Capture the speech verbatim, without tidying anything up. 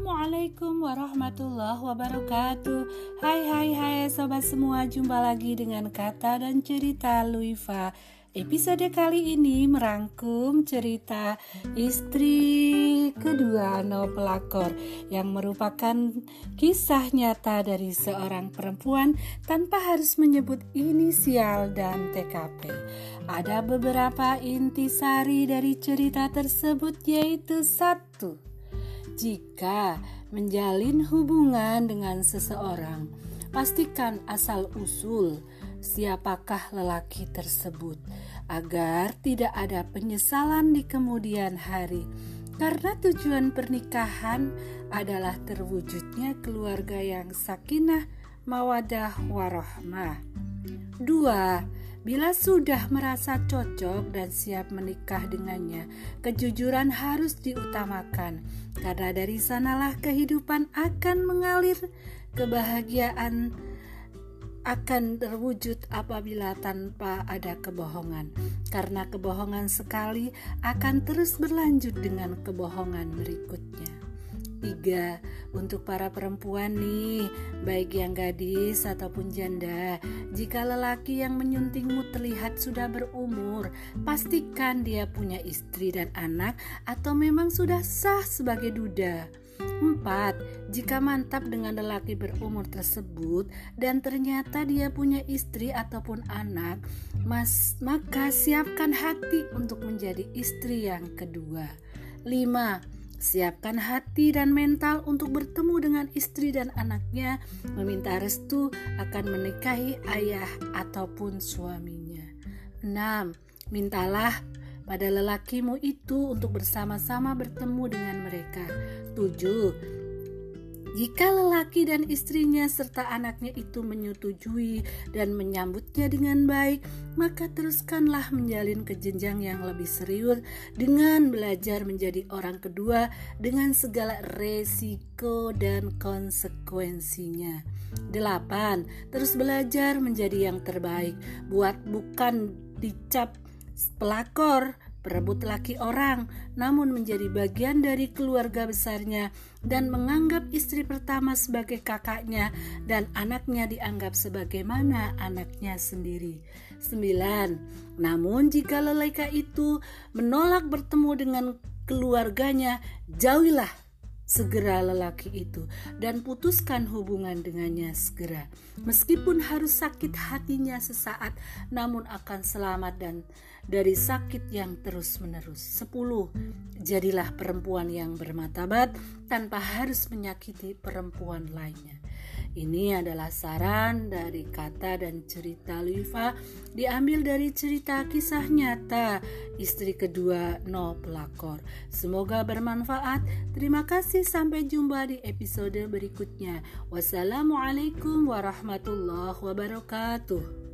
Assalamualaikum warahmatullahi wabarakatuh. Hai hai hai sobat semua, jumpa lagi dengan Kata dan Cerita Luifa. Episode kali ini merangkum cerita istri kedua No Pelakor, yang merupakan kisah nyata dari seorang perempuan tanpa harus menyebut inisial dan T K P. Ada beberapa intisari dari cerita tersebut, yaitu satu. Jika menjalin hubungan dengan seseorang, pastikan asal-usul siapakah lelaki tersebut, agar tidak ada penyesalan di kemudian hari. Karena tujuan pernikahan adalah terwujudnya keluarga yang sakinah, mawaddah, warahmah. Dua, bila sudah merasa cocok dan siap menikah dengannya, kejujuran harus diutamakan, karena dari sanalah kehidupan akan mengalir. Kebahagiaan akan terwujud apabila tanpa ada kebohongan, karena kebohongan sekali akan terus berlanjut dengan kebohongan berikutnya. Tiga, untuk para perempuan nih, baik yang gadis ataupun janda, jika lelaki yang menyuntingmu terlihat sudah berumur, pastikan dia punya istri dan anak atau memang sudah sah sebagai duda. Empat, jika mantap dengan lelaki berumur tersebut dan ternyata dia punya istri ataupun anak, mas, maka siapkan hati untuk menjadi istri yang kedua. Lima, siapkan hati dan mental untuk bertemu dengan istri dan anaknya, meminta restu akan menikahi ayah ataupun suaminya. Enam, mintalah pada lelakimu itu untuk bersama-sama bertemu dengan mereka. Tujuh, jika lelaki dan istrinya serta anaknya itu menyetujui dan menyambutnya dengan baik, maka teruskanlah menjalin ke jenjang yang lebih serius dengan belajar menjadi orang kedua dengan segala resiko dan konsekuensinya. Delapan, terus belajar menjadi yang terbaik. Buat bukan dicap pelakor, perebut laki orang, namun menjadi bagian dari keluarga besarnya dan menganggap istri pertama sebagai kakaknya dan anaknya dianggap sebagaimana anaknya sendiri. Sembilan, namun jika lelaki itu menolak bertemu dengan keluarganya, jauhilah segera lelaki itu dan putuskan hubungan dengannya segera. Meskipun harus sakit hatinya sesaat, namun akan selamat dan dari sakit yang terus-menerus. Sepuluh, jadilah perempuan yang bermartabat tanpa harus menyakiti perempuan lainnya. Ini adalah saran dari Kata dan Cerita Luifa, diambil dari cerita kisah nyata istri kedua No Pelakor. Semoga bermanfaat. Terima kasih, sampai jumpa di episode berikutnya. Wassalamualaikum warahmatullahi wabarakatuh.